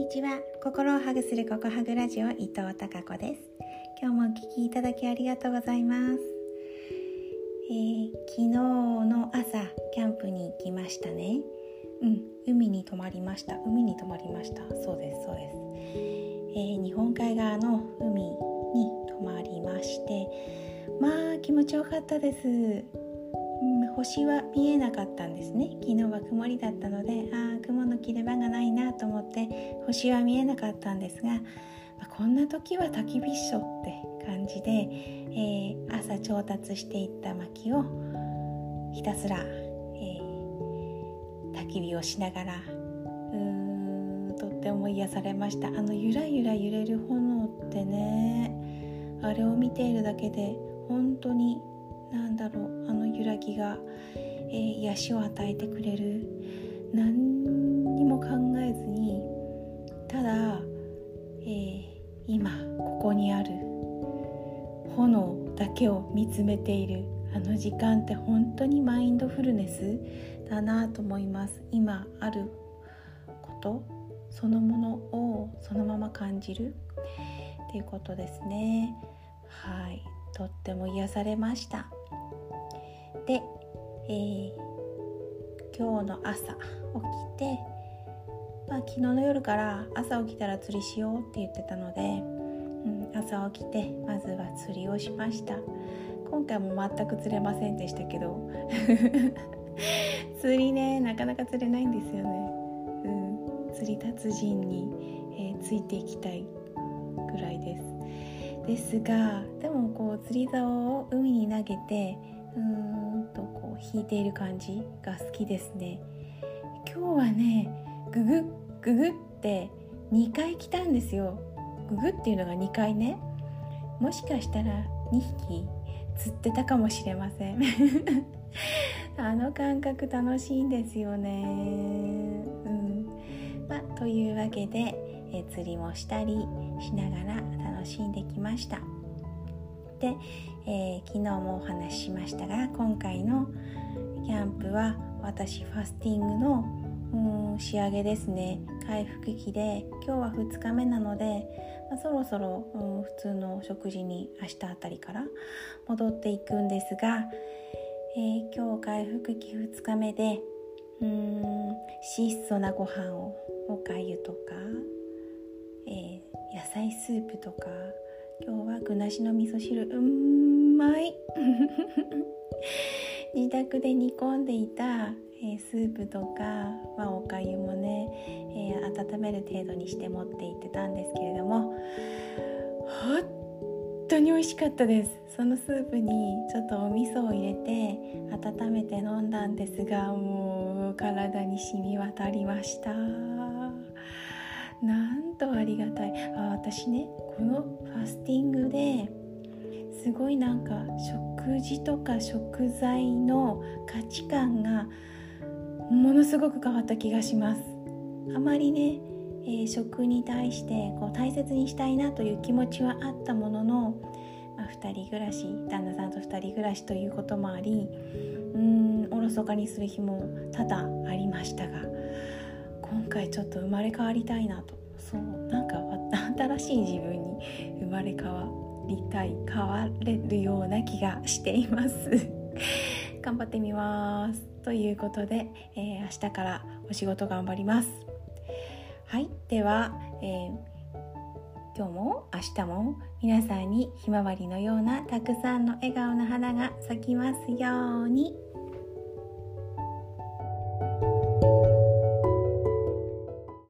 にちは。心をハグするココハグラジオ、伊藤孝子です。今日もお聞きいただきありがとうございます。昨日の朝キャンプに行きましたね。海に泊まりました。そうです。日本海側の海に泊まりまして、気持ちよかったです。星は見えなかったんですね。昨日は曇りだったので、雲の切れ間がないなと思って星は見えなかったんですが、こんな時は焚き火っしょって感じで、朝調達していった薪をひたすら、焚き火をしながらとっても癒されました。ゆらゆら揺れる炎ってね、あれを見ているだけで本当に揺らぎが、癒しを与えてくれる。何にも考えずにただ、今ここにある炎だけを見つめている時間って本当にマインドフルネスだなと思います。今あることそのものをそのまま感じるっていうことですね。とっても癒されました。で、今日の朝起きて、昨日の夜から朝起きたら釣りしようって言ってたので、朝起きてまずは釣りをしました。今回も全く釣れませんでしたけど釣りね、なかなか釣れないんですよね。釣り達人に、ついていきたいぐらいですが、でも釣り竿を海に投げて引いている感じが好きですね。今日はね、ググって2回来たんですよ。ググっていうのが2回ね。もしかしたら2匹釣ってたかもしれませんあの感覚楽しいんですよね。というわけで、釣りもしたりしながら楽しんできました。で、昨日もお話ししましたが、今回のキャンプは私ファスティングの仕上げですね。回復期で今日は2日目なので、そろそろ普通の食事に明日あたりから戻っていくんですが、今日回復期2日目で質素なご飯をおかゆとか、野菜スープとか、今日は具なしの味噌汁うまい自宅で煮込んでいた、スープとか、おかゆもね、温める程度にして持って行ってたんですけれども、本当に美味しかったです。そのスープにちょっとお味噌を入れて温めて飲んだんですが、もう体に染み渡りました。なんとありがたい。私ね、このファスティングですごい食事とか食材の価値観がものすごく変わった気がします。あまりね、食に対して大切にしたいなという気持ちはあったものの、2人暮らし、旦那さんと2人暮らしということもあり、おろそかにする日も多々ありましたが、今回ちょっと生まれ変わりたいなと、新しい自分に生まれ変われるような気がしています頑張ってみますということで、明日からお仕事頑張ります。では、今日も明日も皆さんにひまわりのようなたくさんの笑顔の花が咲きますように。